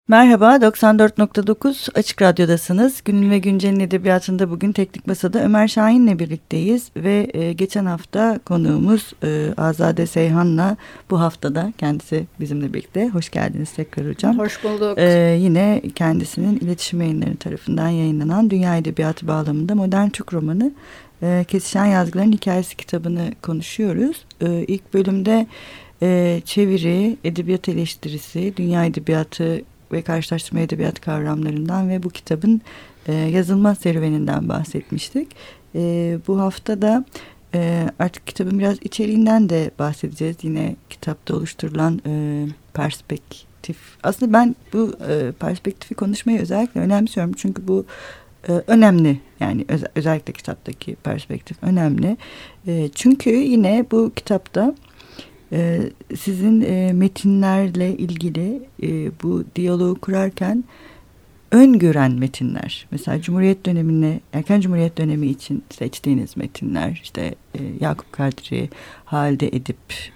Merhaba, 94.9 Açık Radyo'dasınız. Günün ve Güncel'in edebiyatında bugün Teknik Masa'da Ömer Şahin'le birlikteyiz. Ve geçen hafta konuğumuz Azade Seyhan'la bu haftada kendisi bizimle birlikte. Hoş geldiniz tekrar hocam. Hoş bulduk. Yine kendisinin iletişim yayınları tarafından yayınlanan Dünya Edebiyatı bağlamında Modern Türk romanı Kesişen Yazgıların Hikayesi kitabını konuşuyoruz. İlk bölümde çeviri, edebiyat eleştirisi, dünya edebiyatı ve karşılaştırma edebiyat kavramlarından ve bu kitabın yazılma serüveninden bahsetmiştik. Bu hafta da artık kitabın biraz içeriğinden de bahsedeceğiz. Yine kitapta oluşturulan perspektif. Aslında ben bu perspektifi konuşmayı özellikle önemsiyorum. Çünkü bu önemli. Yani özellikle kitaptaki perspektif önemli. Çünkü yine bu kitapta sizin metinlerle ilgili bu diyaloğu kurarken öngören metinler. Mesela Cumhuriyet dönemine, erken Cumhuriyet dönemi için seçtiğiniz metinler, işte Yakup Kadri, Halide Edip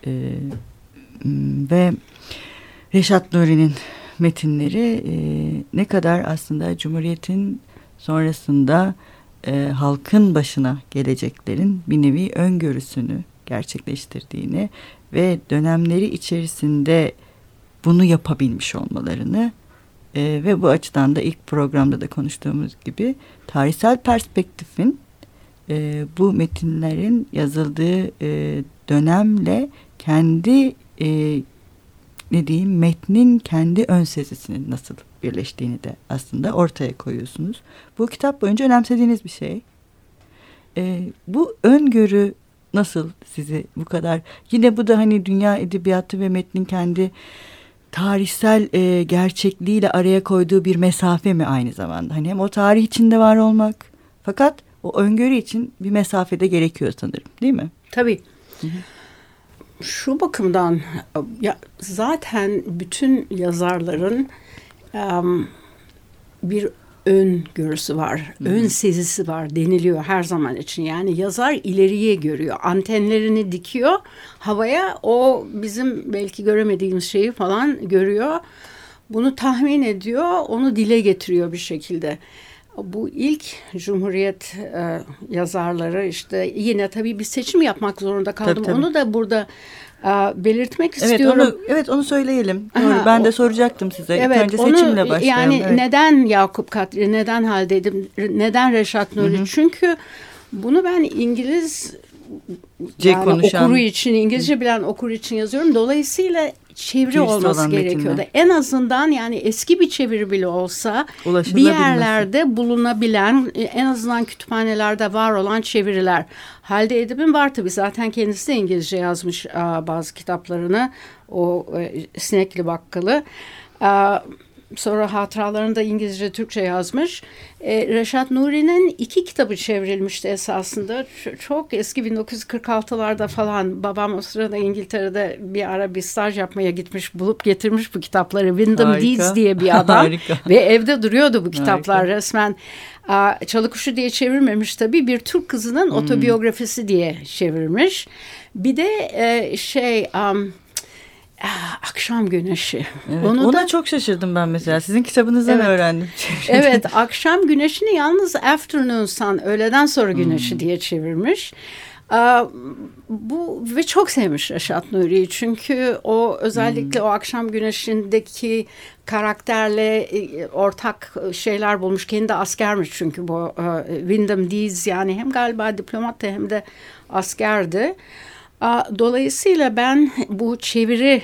ve Reşat Nuri'nin metinleri ne kadar aslında Cumhuriyet'in sonrasında halkın başına geleceklerin bir nevi öngörüsünü gerçekleştirdiğini ve dönemleri içerisinde bunu yapabilmiş olmalarını ve bu açıdan da ilk programda da konuştuğumuz gibi tarihsel perspektifin bu metinlerin yazıldığı dönemle kendi metnin kendi ön sezisinin nasıl birleştiğini de aslında ortaya koyuyorsunuz. Bu kitap boyunca önemsediğiniz bir şey. Bu öngörü nasıl sizi bu kadar... Yine bu da hani dünya edebiyatı ve metnin kendi tarihsel gerçekliğiyle araya koyduğu bir mesafe mi aynı zamanda? Hani hem o tarih içinde var olmak, fakat o öngörü için bir mesafede gerekiyor sanırım, değil mi? Tabii. Hı-hı. Şu bakımdan ya zaten bütün yazarların bir öngörüsü var, ön sezisi var deniliyor her zaman için. Yani yazar ileriye görüyor, antenlerini dikiyor havaya, o bizim belki göremediğimiz şeyi falan görüyor. Bunu tahmin ediyor, onu dile getiriyor bir şekilde. Bu ilk Cumhuriyet yazarları işte yine tabii bir seçim yapmak zorunda kaldım. Tabii. Onu da burada belirtmek istiyorum. Onu söyleyelim. Doğru. Ben de soracaktım size. Evet, önce seçimle başlayalım. Yani neden Yakup Kadri, neden Halide Edip, neden Reşat Nuri? Hı-hı. Çünkü bunu ben İngiliz okuru için, İngilizce bilen okur için yazıyorum. Dolayısıyla çeviri olması gerekiyordu. En azından yani eski bir çeviri bile olsa bir yerlerde bulunabilen, en azından kütüphanelerde var olan çeviriler. Halide Edip'in var tabii, zaten kendisi de İngilizce yazmış bazı kitaplarını, o Sinekli Bakkalı. Sonra hatıralarını da İngilizce, Türkçe yazmış. Reşat Nuri'nin 2 kitabı çevrilmişti esasında. Çok eski 1946'larda falan. Babam o sırada İngiltere'de bir ara bir staj yapmaya gitmiş. Bulup getirmiş bu kitapları. Wyndham Deeds diye bir adam. Ve evde duruyordu bu kitaplar resmen. Çalıkuşu diye çevirmemiş tabii. Bir Türk kızının otobiyografisi diye çevirmiş. Bir de Akşam Güneşi. Evet, ona çok şaşırdım ben mesela. Sizin kitabınızdan öğrendim. Evet, Akşam Güneşi'ni yalnız Afternoon Sun, öğleden sonra güneşi diye çevirmiş. Bu ve çok sevmiş Reşat Nuri'yi. Çünkü o özellikle o Akşam Güneşi'ndeki karakterle ortak şeyler bulmuş. Kendi de askermiş çünkü bu Wyndham Deeds, yani hem galiba diplomattı hem de askerdi. Dolayısıyla ben bu çeviri,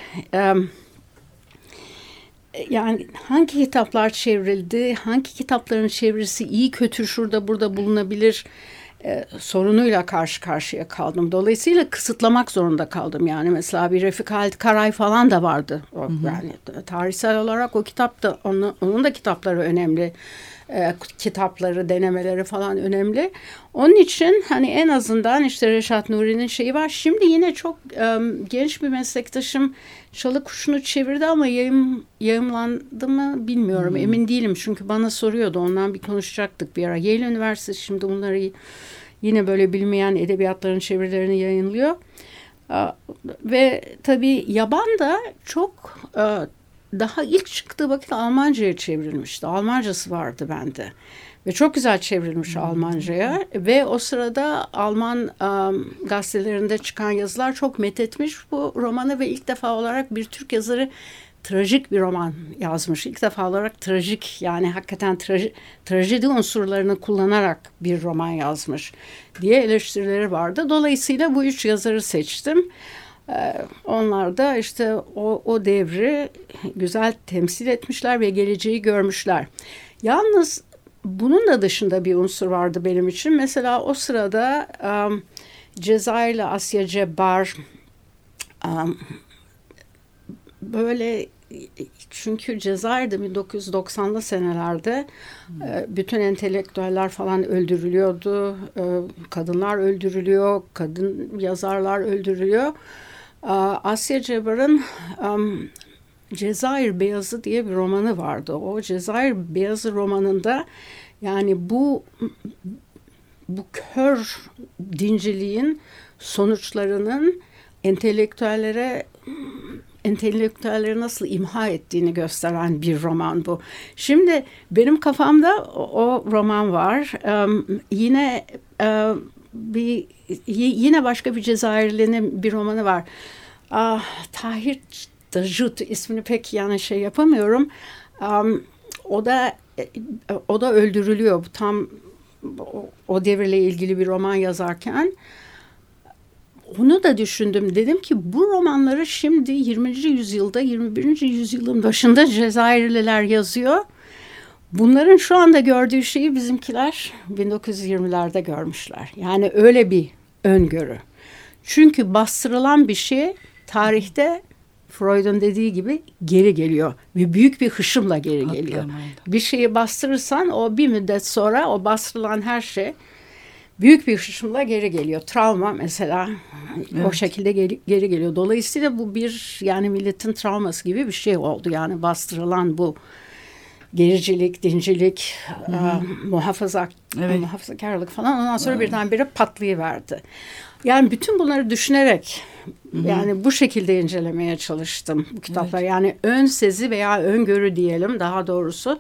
yani hangi kitaplar çevrildi, hangi kitapların çevirisi iyi kötü şurada burada bulunabilir sorunuyla karşı karşıya kaldım. Dolayısıyla kısıtlamak zorunda kaldım. Yani mesela bir Refik Halit Karay falan da vardı. Yani tarihsel olarak o kitap da, onun da kitapları önemli. Kitapları, denemeleri falan önemli. Onun için hani en azından işte Reşat Nuri'nin şeyi var. Şimdi yine çok genç bir meslektaşım Çalıkuşu'nu çevirdi ama yayımlandı mı bilmiyorum. Emin değilim çünkü bana soruyordu. Ondan bir konuşacaktık bir ara. Yale Üniversitesi şimdi bunları yine böyle bilmeyen edebiyatların çevirilerini yayınlıyor. Ve tabii yaban da çok daha ilk çıktığı vakit Almanca'ya çevrilmişti. Almancası vardı bende. Ve çok güzel çevrilmiş Almanca'ya. Ve o sırada Alman gazetelerinde çıkan yazılar çok methetmiş bu romanı ve ilk defa olarak bir Türk yazarı trajik bir roman yazmış. İlk defa olarak trajik, yani hakikaten trajedi unsurlarını kullanarak bir roman yazmış diye eleştirileri vardı. Dolayısıyla bu 3 yazarı seçtim. Onlar da işte o devri güzel temsil etmişler ve geleceği görmüşler. Yalnız bunun da dışında bir unsur vardı benim için. Mesela o sırada Cezayirli Asya Cebbar, böyle, çünkü Cezayir'de 1990'lı senelerde bütün entelektüeller falan öldürülüyordu. Kadınlar öldürülüyor, kadın yazarlar öldürülüyor. Asya Cebbar'ın Cezayir Beyazı diye bir romanı vardı. O Cezayir Beyazı romanında yani bu kör dinciliğin sonuçlarının entelektüelleri nasıl imha ettiğini gösteren bir roman bu. Şimdi benim kafamda o roman var. Yine başka bir Cezayirli'nin bir romanı var. Tahir Dajut ismini pek yapamıyorum. O da öldürülüyor. Tam o devirle ilgili bir roman yazarken. Onu da düşündüm. Dedim ki bu romanları şimdi 20. yüzyılda, 21. yüzyılın başında Cezayirliler yazıyor. Bunların şu anda gördüğü şeyi bizimkiler 1920'lerde görmüşler. Yani öyle bir öngörü. Çünkü bastırılan bir şey tarihte Freud'un dediği gibi geri geliyor. Ve büyük bir hışımla geri geliyor. Bir şeyi bastırırsan o bir müddet sonra o bastırılan her şey büyük bir hışımla geri geliyor. Travma mesela o şekilde geri geliyor. Dolayısıyla bu bir milletin travması gibi bir şey oldu. Yani bastırılan bu gericilik, dincilik, muhafazakarlık falan ondan sonra birdenbire patlayıverdi. Yani bütün bunları düşünerek bu şekilde incelemeye çalıştım bu kitaplar. Yani ön sezi veya öngörü diyelim daha doğrusu.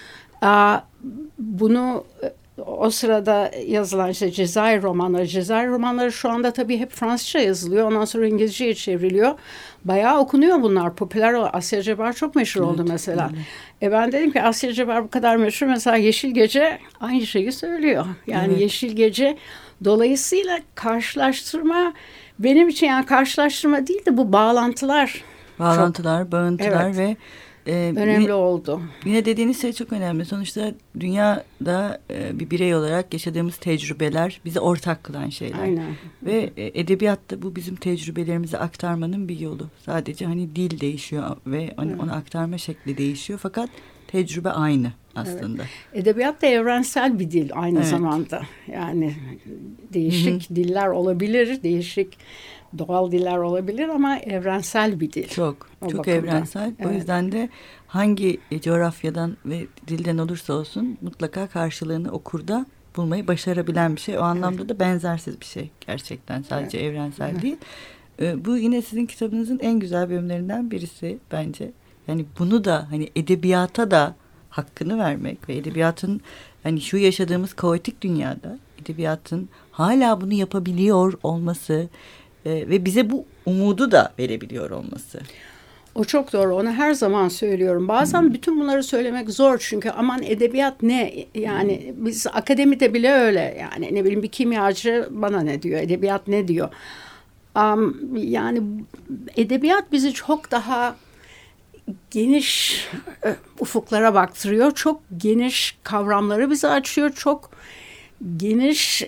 Bunu o sırada yazılan Cezayir romanları şu anda tabii hep Fransızca yazılıyor. Ondan sonra İngilizceye çevriliyor. Bayağı okunuyor bunlar. Popüler o. Asya Cebbar çok meşhur oldu mesela. Ben dedim ki Asya Cebbar bu kadar meşhur. Mesela Yeşil Gece aynı şeyi söylüyor. Yani Yeşil Gece dolayısıyla karşılaştırma benim için karşılaştırma değil de bu bağıntılar, bağıntılar ve önemli oldu. Yine dediğiniz şey çok önemli. Sonuçta dünyada bir birey olarak yaşadığımız tecrübeler bizi ortak kılan şeyler. Aynen. Ve edebiyatta bu bizim tecrübelerimizi aktarmanın bir yolu. Sadece dil değişiyor ve onu aktarma şekli değişiyor. Fakat tecrübe aynı aslında. Evet. Edebiyat da evrensel bir dil aynı zamanda. Yani değişik diller olabilir, değişik doğal diller olabilir ama evrensel bir dil. Çok evrensel. Evet. O yüzden de hangi coğrafyadan ve dilden olursa olsun mutlaka karşılığını okurda bulmayı başarabilen bir şey. O anlamda da benzersiz bir şey. Gerçekten sadece evrensel değil. Bu yine sizin kitabınızın en güzel bölümlerinden birisi bence. Yani bunu da edebiyata da hakkını vermek ve edebiyatın şu yaşadığımız kaotik dünyada edebiyatın hala bunu yapabiliyor olması ve bize bu umudu da verebiliyor olması. O çok doğru. Onu her zaman söylüyorum. Bazen bütün bunları söylemek zor çünkü aman edebiyat ne? Yani biz akademide bile öyle. Yani ne bileyim bir kimyacı bana ne diyor? Edebiyat ne diyor? Yani edebiyat bizi çok daha geniş ufuklara baktırıyor. Çok geniş kavramları bize açıyor. Çok geniş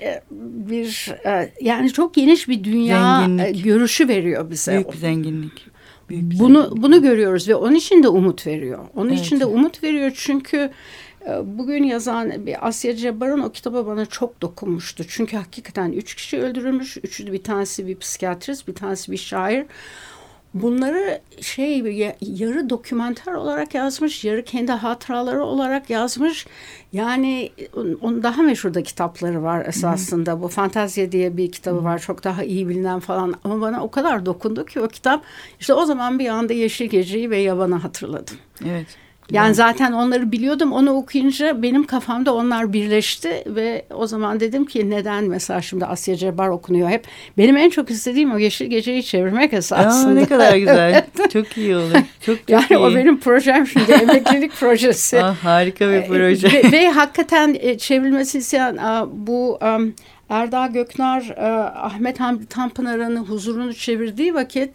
çok geniş bir dünya görüşü veriyor bize. Büyük bir zenginlik. Bunu görüyoruz ve onun için de umut veriyor. Onun için de umut veriyor çünkü bugün yazan bir Asya Cebbar'ın o kitabı bana çok dokunmuştu. Çünkü hakikaten 3 kişi öldürülmüş. Bir tanesi bir psikiyatrist, bir tanesi bir şair. bunları yarı dokümenter olarak yazmış, yarı kendi hatıraları olarak yazmış. Yani onun daha meşhur da kitapları var esasında. Hı-hı. Bu Fantazya diye bir kitabı var, çok daha iyi bilinen falan. Ama bana o kadar dokundu ki o kitap. İşte o zaman bir anda Yeşil Gece'yi ve Yaban'ı hatırladım. Evet. Yani zaten onları biliyordum. Onu okuyunca benim kafamda onlar birleşti ve o zaman dedim ki neden mesela şimdi Asya Cebbar okunuyor hep. Benim en çok istediğim o Yeşil Gece'yi çevirmek esasında. Ne kadar güzel. Çok iyi olur. Çok yani iyi. O benim projem şimdi emeklilik projesi. Harika bir proje. Ve hakikaten çevrilmesini isteyen bu Erdağ Göknar, Ahmet Hamdi Tanpınar'ın Huzurunu çevirdiği vakit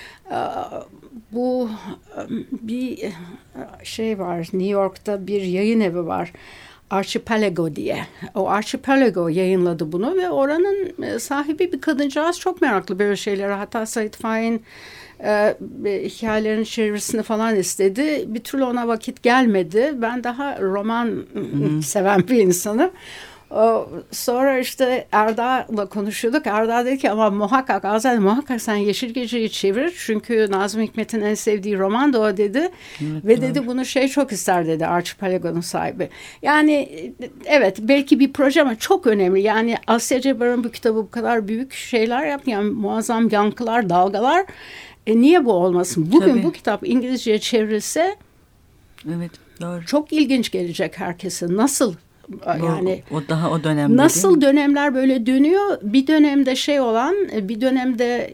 bu bir var, New York'ta bir yayın evi var, Archipelago diye. O Archipelago yayınladı bunu ve oranın sahibi bir kadıncağız, çok meraklı böyle şeylere. Hatta Said Faik'in hikayelerin çevirisini falan istedi. Bir türlü ona vakit gelmedi. Ben daha roman seven bir insanım. Sonra işte Erdağ'la konuşuyorduk. Erdağ dedi ki ama muhakkak sen Yeşil Gece'yi çevir. Çünkü Nazım Hikmet'in en sevdiği roman da o dedi. Evet, ve dedi bunu çok ister dedi Archipelago'nun sahibi. Yani evet belki bir proje ama çok önemli. Yani Asya Cebbar'ın bu kitabı bu kadar büyük şeyler yaptı. Yani muazzam yankılar, dalgalar. Niye bu olmasın? Bugün tabii bu kitap İngilizceye çevrilse evet, doğru. Çok ilginç gelecek herkese. Nasıl? Yani o dönemde nasıl dönemler böyle dönüyor, bir dönemde olan, bir dönemde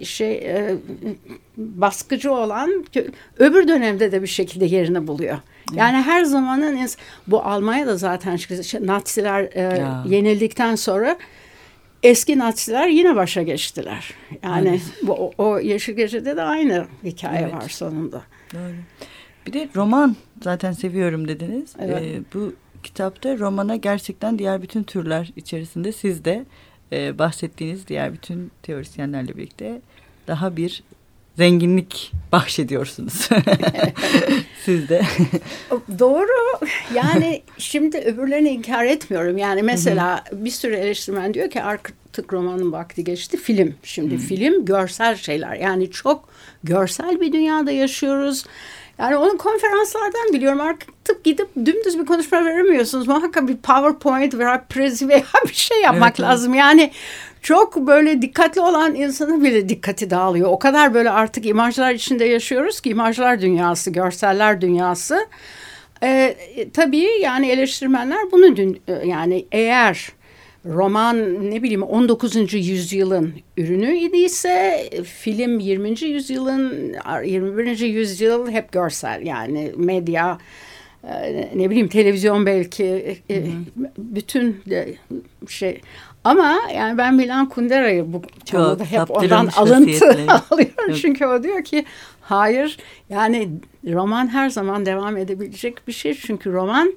baskıcı olan, öbür dönemde de bir şekilde yerini buluyor. Yani her zamanın bu Almanya'da zaten Naziler yenildikten sonra eski Naziler yine başa geçtiler. Yani o Yeşil Gece'de de aynı hikaye var sonunda. Doğru. Bir de roman zaten seviyorum dediniz. Evet. Bu kitapta romana gerçekten diğer bütün türler içerisinde siz de bahsettiğiniz diğer bütün teorisyenlerle birlikte daha bir zenginlik bahşediyorsunuz. Siz de. Doğru. Yani şimdi öbürlerini inkar etmiyorum. Yani mesela bir sürü eleştirmen diyor ki artık romanın vakti geçti. Film. Şimdi film görsel şeyler. Yani çok görsel bir dünyada yaşıyoruz. Yani onun konferanslardan biliyorum artık gidip dümdüz bir konuşma veremiyorsunuz. Muhakkak bir PowerPoint veya prezi veya bir şey yapmak lazım. Yani çok böyle dikkatli olan insanın bile dikkati dağılıyor. O kadar böyle artık imajlar içinde yaşıyoruz ki imajlar dünyası, görseller dünyası. Tabii yani eleştirmenler bunu yani eğer roman 19. yüzyılın ürünü idiyse film 20. yüzyılın 21. yüzyıl hep görsel yani medya televizyon belki bütün ama yani ben Milan Kundera'yı bu konuda hep ondan alıntı alıyorum. Çünkü o diyor ki hayır yani roman her zaman devam edebilecek bir şey. Çünkü roman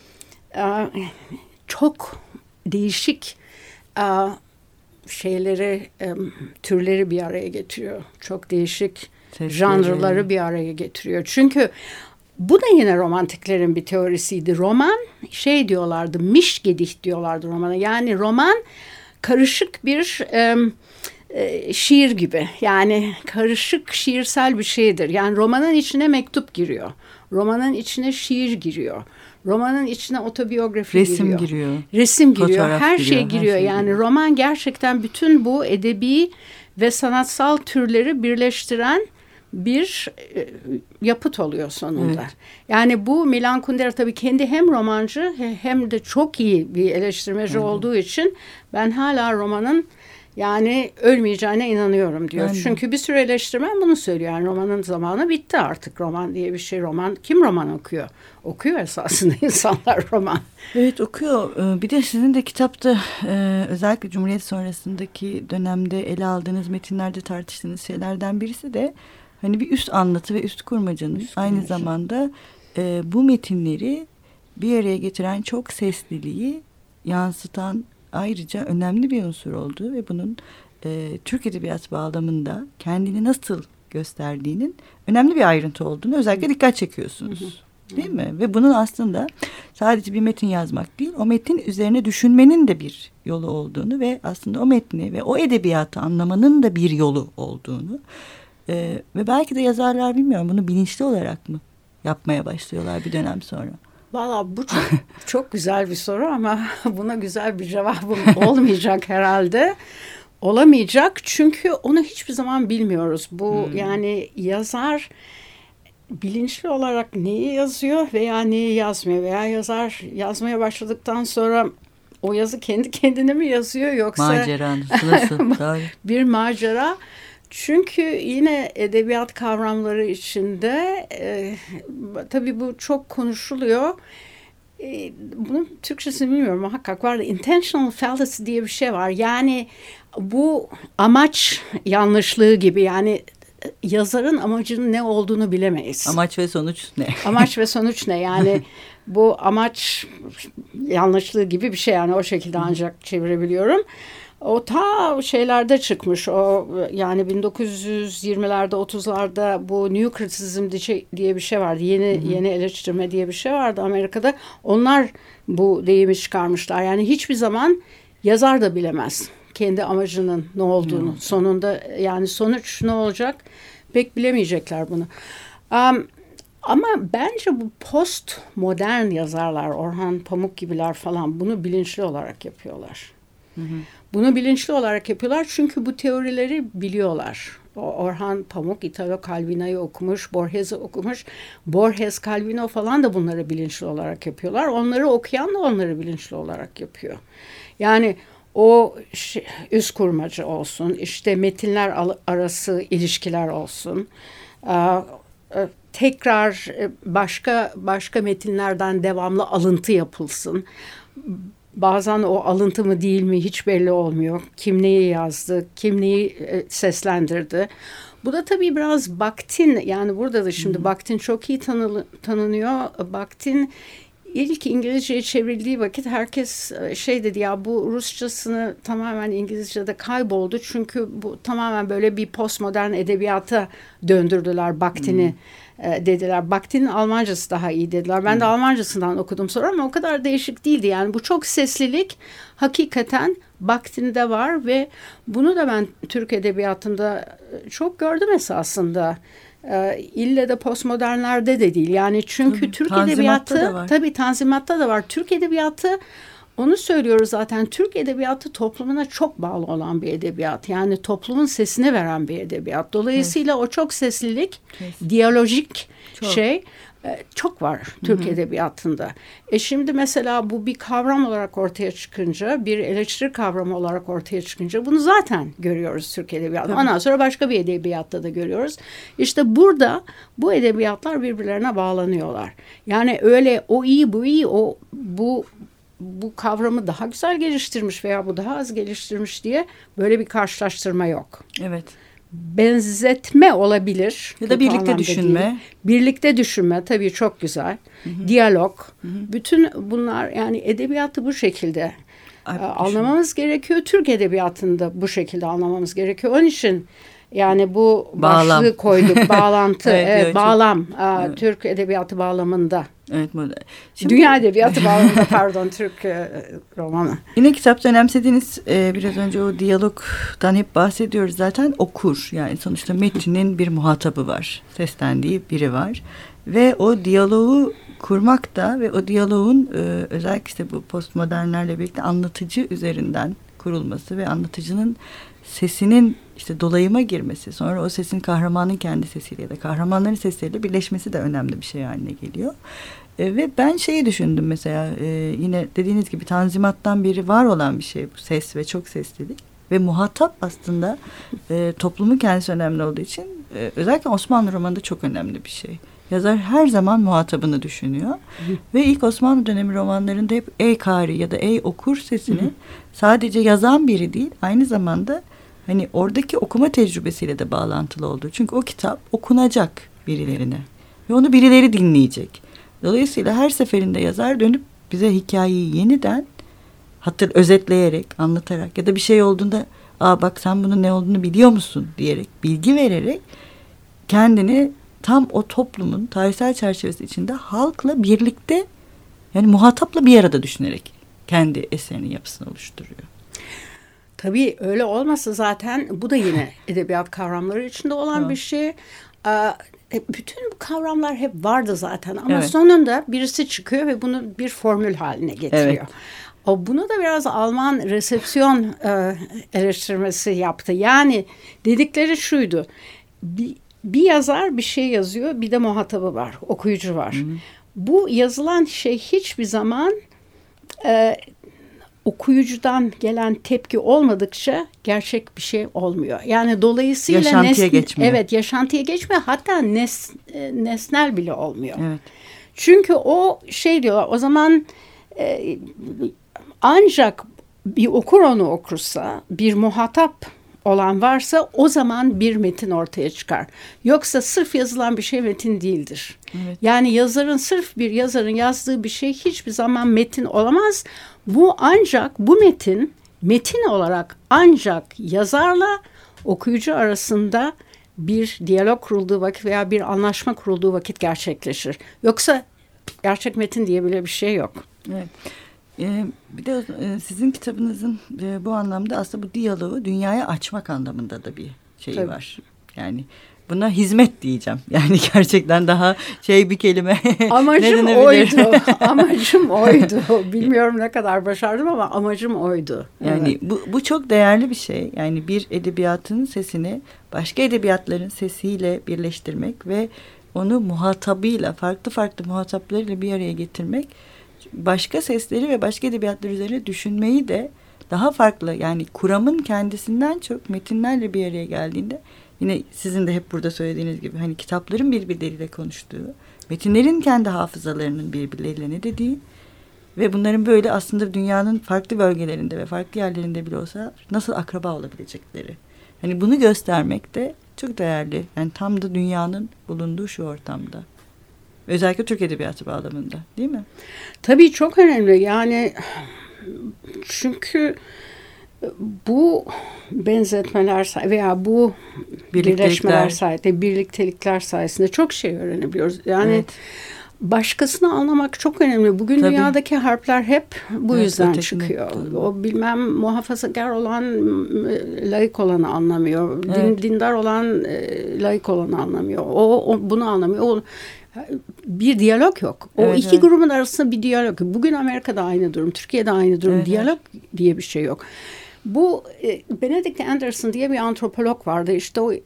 çok değişik türleri bir araya getiriyor. Çok değişik janrları bir araya getiriyor. Çünkü bu da yine romantiklerin bir teorisiydi. Roman diyorlardı, Mischgedicht diyorlardı romana. Yani roman karışık bir şiir gibi. Yani karışık şiirsel bir şeydir. Yani romanın içine mektup giriyor. Romanın içine şiir giriyor. Romanın içine otobiyografi giriyor. Resim giriyor. Her şey giriyor. Yani roman gerçekten bütün bu edebi ve sanatsal türleri birleştiren bir yapıt oluyor sonunda. Evet. Yani bu Milan Kundera tabii kendi hem romancı hem de çok iyi bir eleştirmeci olduğu için ben hala romanın yani ölmeyeceğine inanıyorum diyor. Çünkü bir sürü eleştirmen bunu söylüyor. Yani romanın zamanı bitti artık. Roman diye bir şey kim roman okuyor? Okuyor esasında insanlar roman. Evet okuyor. Bir de sizin de kitapta özellikle Cumhuriyet sonrasındaki dönemde ele aldığınız metinlerde tartıştığınız şeylerden birisi de hani bir üst anlatı ve üst kurmacanın aynı zamanda bu metinleri bir araya getiren çok sesliliği yansıtan ayrıca önemli bir unsur olduğu ve bunun Türk Edebiyatı bağlamında kendini nasıl gösterdiğinin önemli bir ayrıntı olduğunu özellikle dikkat çekiyorsunuz. Değil mi? Ve bunun aslında sadece bir metin yazmak değil, o metin üzerine düşünmenin de bir yolu olduğunu ve aslında o metni ve o edebiyatı anlamanın da bir yolu olduğunu Ve belki de yazarlar bilmiyorum bunu bilinçli olarak mı yapmaya başlıyorlar bir dönem sonra? Valla bu çok güzel bir soru ama buna güzel bir cevabım olmayacak herhalde. Olamayacak çünkü onu hiçbir zaman bilmiyoruz. Bu yani yazar bilinçli olarak neyi yazıyor veya neyi yazmıyor veya yazar yazmaya başladıktan sonra o yazı kendi kendine mi yazıyor yoksa macera nasıl? Bir macera. Çünkü yine edebiyat kavramları içinde tabii bu çok konuşuluyor. Bunun Türkçesini bilmiyorum muhakkak var. Intentional fallacy diye bir şey var. Yani bu amaç yanlışlığı gibi yani yazarın amacının ne olduğunu bilemeyiz. Amaç ve sonuç ne? Amaç ve sonuç ne? Yani bu amaç yanlışlığı gibi bir şey yani o şekilde ancak çevirebiliyorum. O ta şeylerde çıkmış o yani 1920'lerde 30'larda bu New Criticism diye bir şey vardı. Yeni eleştirme diye bir şey vardı Amerika'da. Onlar bu deyimi çıkarmışlar. Yani hiçbir zaman yazar da bilemez kendi amacının ne olduğunu. Sonunda yani sonuç ne olacak pek bilemeyecekler bunu. Ama bence bu postmodern yazarlar, Orhan Pamuk gibiler falan bunu bilinçli olarak yapıyorlar. Bunu bilinçli olarak yapıyorlar çünkü bu teorileri biliyorlar. Orhan Pamuk Italo Calvino'yu okumuş, Borges'i okumuş. Borges, Calvino falan da bunları bilinçli olarak yapıyorlar. Onları okuyan da onları bilinçli olarak yapıyor. Yani o üst kurmacı olsun, işte metinler arası ilişkiler olsun. Tekrar başka metinlerden devamlı alıntı yapılsın. Bazen o alıntı mı değil mi hiç belli olmuyor. Kim neyi yazdı, kim neyi seslendirdi. Bu da tabii biraz Bakhtin yani burada da şimdi Bakhtin çok iyi tanınıyor. Bakhtin ilk İngilizceye çevrildiği vakit herkes şey dedi ya bu Rusçasını tamamen İngilizce'de kayboldu. Çünkü bu tamamen böyle bir postmodern edebiyata döndürdüler Bakhtin'i. Dediler. Bakhtin'in Almancası daha iyi dediler. Ben de Almancasından okudum sonra ama o kadar değişik değildi. Yani bu çok seslilik hakikaten Bakhtin'de var ve bunu da ben Türk edebiyatında çok gördüm esasında. İlle de postmodernlerde de değil. Yani çünkü Türk edebiyatı tabii Tanzimat'ta da var. Türk edebiyatı onu söylüyoruz zaten. Türk edebiyatı toplumuna çok bağlı olan bir edebiyat. Yani toplumun sesini veren bir edebiyat. Dolayısıyla o çok seslilik, diyalojik şey çok var Türk edebiyatında. Şimdi mesela bu bir kavram olarak ortaya çıkınca, bir eleştiri kavramı olarak ortaya çıkınca bunu zaten görüyoruz Türk edebiyatında. Ondan sonra başka bir edebiyatta da görüyoruz. İşte burada bu edebiyatlar birbirlerine bağlanıyorlar. Yani öyle o iyi bu iyi bu kavramı daha güzel geliştirmiş veya bu daha az geliştirmiş diye böyle bir karşılaştırma yok. Evet. Benzetme olabilir. Ya da birlikte düşünme. Değil. Birlikte düşünme tabii çok güzel. Diyalog. Bütün bunlar yani edebiyatı bu şekilde anlamamız gerekiyor. Türk edebiyatında bu şekilde anlamamız gerekiyor. Onun için yani bu başlığı koyduk. Bağlantı, bağlam. Evet. Türk edebiyatı bağlamında. Evet. Şimdi, Dünya edebiyatı bağlamında pardon Türk romanı. Yine kitapta önemsediğiniz biraz önce o diyalogdan hep bahsediyoruz zaten okur. Yani sonuçta metnin bir muhatabı var. Seslendiği biri var. Ve o diyaloğu kurmak da ve o diyaloğun özellikle işte bu postmodernlerle birlikte anlatıcı üzerinden kurulması ve anlatıcının sesinin işte dolayıma girmesi, sonra o sesin kahramanın kendi sesiyle ya da kahramanların sesleriyle birleşmesi de önemli bir şey haline geliyor. Ve ben şeyi düşündüm mesela yine dediğiniz gibi Tanzimat'tan beri var olan bir şey bu ses ve çok seslilik. Ve muhatap aslında toplumun kendisi önemli olduğu için özellikle Osmanlı romanında çok önemli bir şey. Yazar her zaman muhatabını düşünüyor. Ve ilk Osmanlı dönemi romanlarında hep ey kari ya da ey okur sesini sadece yazan biri değil aynı zamanda hani oradaki okuma tecrübesiyle de bağlantılı olduğu. Çünkü o kitap okunacak birilerine ve onu birileri dinleyecek. Dolayısıyla her seferinde yazar dönüp bize hikayeyi yeniden özetleyerek, anlatarak ya da bir şey olduğunda bak sen bunun ne olduğunu biliyor musun diyerek, bilgi vererek kendini tam o toplumun tarihsel çerçevesi içinde halkla birlikte yani muhatapla bir arada düşünerek kendi eserinin yapısını oluşturuyor. Tabii öyle olmasa zaten bu da yine edebiyat kavramları içinde olan bir şey. Bütün bu kavramlar hep vardı zaten ama sonunda birisi çıkıyor ve bunu bir formül haline getiriyor. Evet. Bunu da biraz Alman resepsiyon eleştirmesi yaptı. Yani dedikleri şuydu. Bir yazar bir şey yazıyor, bir de muhatabı var, okuyucu var. Hı. Bu yazılan şey hiçbir zaman okuyucudan gelen tepki olmadıkça gerçek bir şey olmuyor. Yani dolayısıyla yaşantıya geçmiyor. Evet, yaşantıya geçmiyor. Hatta nesnel bile olmuyor. Evet. Çünkü o şey diyorlar. O zaman ancak bir okur onu okursa, bir muhatap olan varsa o zaman bir metin ortaya çıkar. Yoksa sırf yazılan bir şey metin değildir. Evet. Yani sırf bir yazarın yazdığı bir şey hiçbir zaman metin olamaz. Bu metin olarak ancak yazarla okuyucu arasında bir diyalog kurulduğu vakit veya bir anlaşma kurulduğu vakit gerçekleşir. Yoksa gerçek metin diye bile bir şey yok. Evet. Bir de sizin kitabınızın bu anlamda aslında bu diyaloğu dünyaya açmak anlamında da bir şeyi var. Yani buna hizmet diyeceğim. Yani gerçekten daha bir kelime. Amacım oydu. Amacım oydu. Bilmiyorum ne kadar başardım ama amacım oydu. Yani bu çok değerli bir şey. Yani bir edebiyatın sesini başka edebiyatların sesiyle birleştirmek ve onu muhatabıyla, farklı muhataplarıyla bir araya getirmek, başka sesleri ve başka edebiyatlar üzerine düşünmeyi de daha farklı, yani kuramın kendisinden çok metinlerle bir araya geldiğinde, yine sizin de hep burada söylediğiniz gibi hani kitapların birbirleriyle konuştuğu, metinlerin kendi hafızalarının birbirleriyle ne dediği ve bunların böyle aslında dünyanın farklı bölgelerinde ve farklı yerlerinde bile olsa nasıl akraba olabilecekleri. Hani bunu göstermek de çok değerli. Yani tam da dünyanın bulunduğu şu ortamda. Özellikle Türk Edebiyatı bağlamında, değil mi? Tabii çok önemli. Yani çünkü bu benzetmeler veya bu birleşmeler sayesinde, birliktelikler sayesinde çok şey öğrenebiliyoruz. Yani başkasını anlamak çok önemli. Bugün dünyadaki harpler hep bu yüzden çıkıyor. O bilmem muhafazakar olan laik olanı anlamıyor. Dindar olan laik olanı anlamıyor. O bunu anlamıyor. Bir diyalog yok. O iki grubun arasında bir diyalog yok. Bugün Amerika'da aynı durum, Türkiye'de aynı durum. Diyalog diye bir şey yok. Bu Benedict Anderson diye bir antropolog vardı. İşte o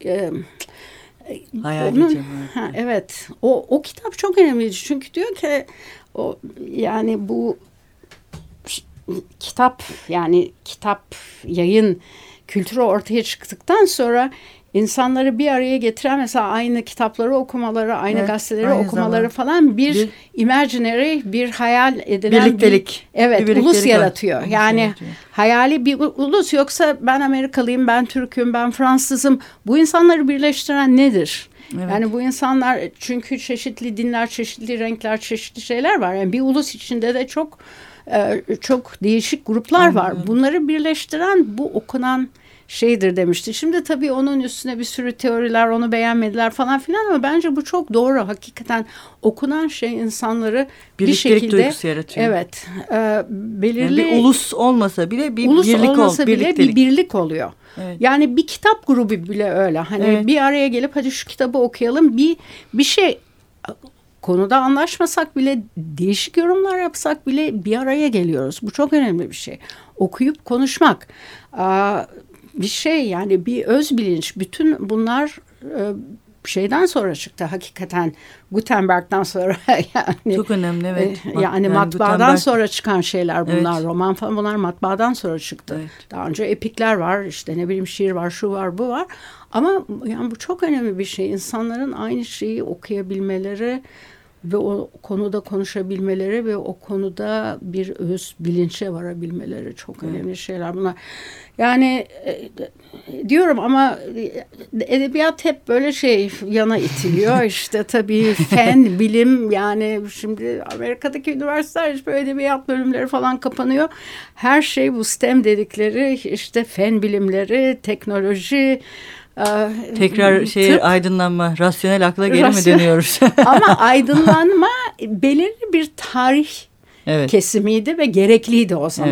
evet. O kitap çok önemliydi. Çünkü diyor ki yani bu kitap yayın kültürü ortaya çıktıktan sonra İnsanları bir araya getiren, mesela aynı kitapları okumaları, aynı gazeteleri okumaları falan bir imaginary, bir hayal edilen birliktelik. Bir ulus yaratıyor. Yani hayali bir ulus, yoksa ben Amerikalıyım, ben Türk'üm, ben Fransızım. Bu insanları birleştiren nedir? Evet. Yani bu insanlar, çünkü çeşitli dinler, çeşitli renkler, çeşitli şeyler var. Yani bir ulus içinde de çok değişik gruplar var. Bunları birleştiren bu okunan şeydir demişti. Şimdi tabii onun üstüne bir sürü teoriler, onu beğenmediler falan filan, ama bence bu çok doğru. Hakikaten okunan şey insanları bir şekilde duygusu yaratıyor. Evet. Belirli yani bir ulus olmasa bile bir birlik oluyor. Evet. Yani bir kitap grubu bile öyle. Hani bir araya gelip hadi şu kitabı okuyalım. Bir şey konuda anlaşmasak bile, değişik yorumlar yapsak bile bir araya geliyoruz. Bu çok önemli bir şey. Okuyup konuşmak. Bir şey, yani bir öz bilinç. Bütün bunlar şeyden sonra çıktı hakikaten, Gutenberg'den sonra yani çok önemli, evet. Yani matbaadan sonra çıkan şeyler bunlar, roman falan, bunlar matbaadan sonra çıktı. Evet. Daha önce epikler var, işte ne bileyim şiir var, şu var, bu var. Ama yani bu çok önemli bir şey. İnsanların aynı şeyi okuyabilmeleri ve o konuda konuşabilmeleri ve o konuda bir öz bilinçe varabilmeleri çok önemli şeyler bunlar. Yani diyorum ama edebiyat hep böyle yana itiliyor. İşte tabii fen, bilim, yani şimdi Amerika'daki üniversiteler işte edebiyat bölümleri falan kapanıyor. Her şey bu STEM dedikleri, işte fen bilimleri, teknoloji, tekrar aydınlanma, rasyonel akla geri mi dönüyoruz? Ama aydınlanma belirli bir tarih kesimiydi ve gerekliydi o zaman. Evet.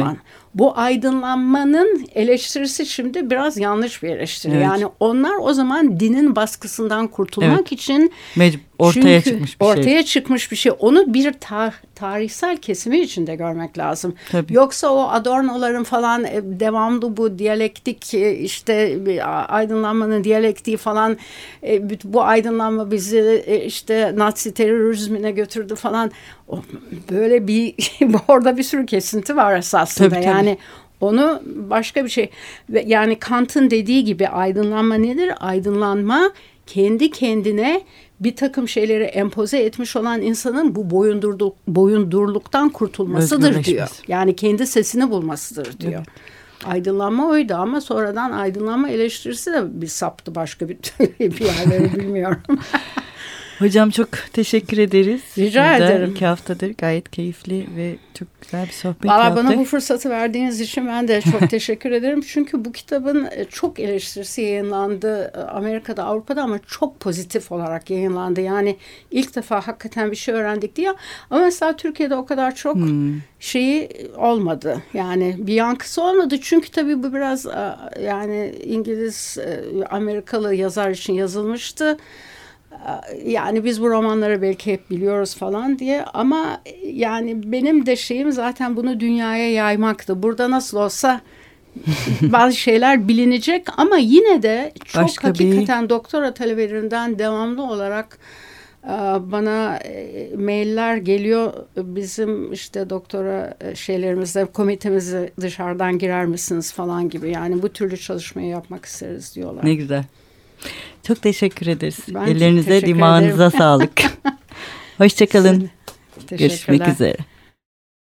bu aydınlanmanın eleştirisi şimdi biraz yanlış bir eleştiri. Evet. Yani onlar o zaman dinin baskısından kurtulmak için ortaya çıkmış bir şey. Ortaya çıkmış bir şey. Onu bir tarihsel kesimi içinde görmek lazım. Tabii. Yoksa o Adorno'ların falan devamlı bu diyalektik işte aydınlanmanın diyalektiği falan bu aydınlanma bizi işte Nazi terörizmine götürdü falan. Böyle bir orada bir sürü kesinti var esasında. Tabii. Yani onu başka bir şey. Yani Kant'ın dediği gibi aydınlanma nedir? Aydınlanma kendi kendine bir takım şeyleri empoze etmiş olan insanın bu boyundurluktan kurtulmasıdır diyor. Yani kendi sesini bulmasıdır diyor. Evet. Aydınlanma oydu ama sonradan aydınlanma eleştirisi de bir saptı başka bir yerleri bilmiyorum. Hocam çok teşekkür ederiz. Rica ederim. 2 haftadır gayet keyifli ve çok güzel bir sohbet yaptık. yaptık. Bana bu fırsatı verdiğiniz için ben de çok teşekkür ederim. Çünkü bu kitabın çok eleştirisi yayınlandı Amerika'da, Avrupa'da ama çok pozitif olarak yayınlandı. Yani ilk defa hakikaten bir şey öğrendik diye. Ama mesela Türkiye'de o kadar çok şeyi olmadı. Yani bir yankısı olmadı. Çünkü tabii bu biraz yani İngiliz, Amerikalı yazar için yazılmıştı. Yani biz bu romanları belki hep biliyoruz falan diye ama yani benim de şeyim zaten bunu dünyaya yaymaktı. Burada nasıl olsa bazı şeyler bilinecek ama yine de çok hakikaten doktora talebelerinden devamlı olarak bana mailler geliyor. Bizim işte doktora şeylerimizde komitemize dışarıdan girer misiniz falan gibi. Yani bu türlü çalışmayı yapmak isteriz diyorlar. Ne güzel. Çok teşekkür ederiz. Ellerinize, dimağınıza sağlık. Hoşçakalın. Görüşmek üzere.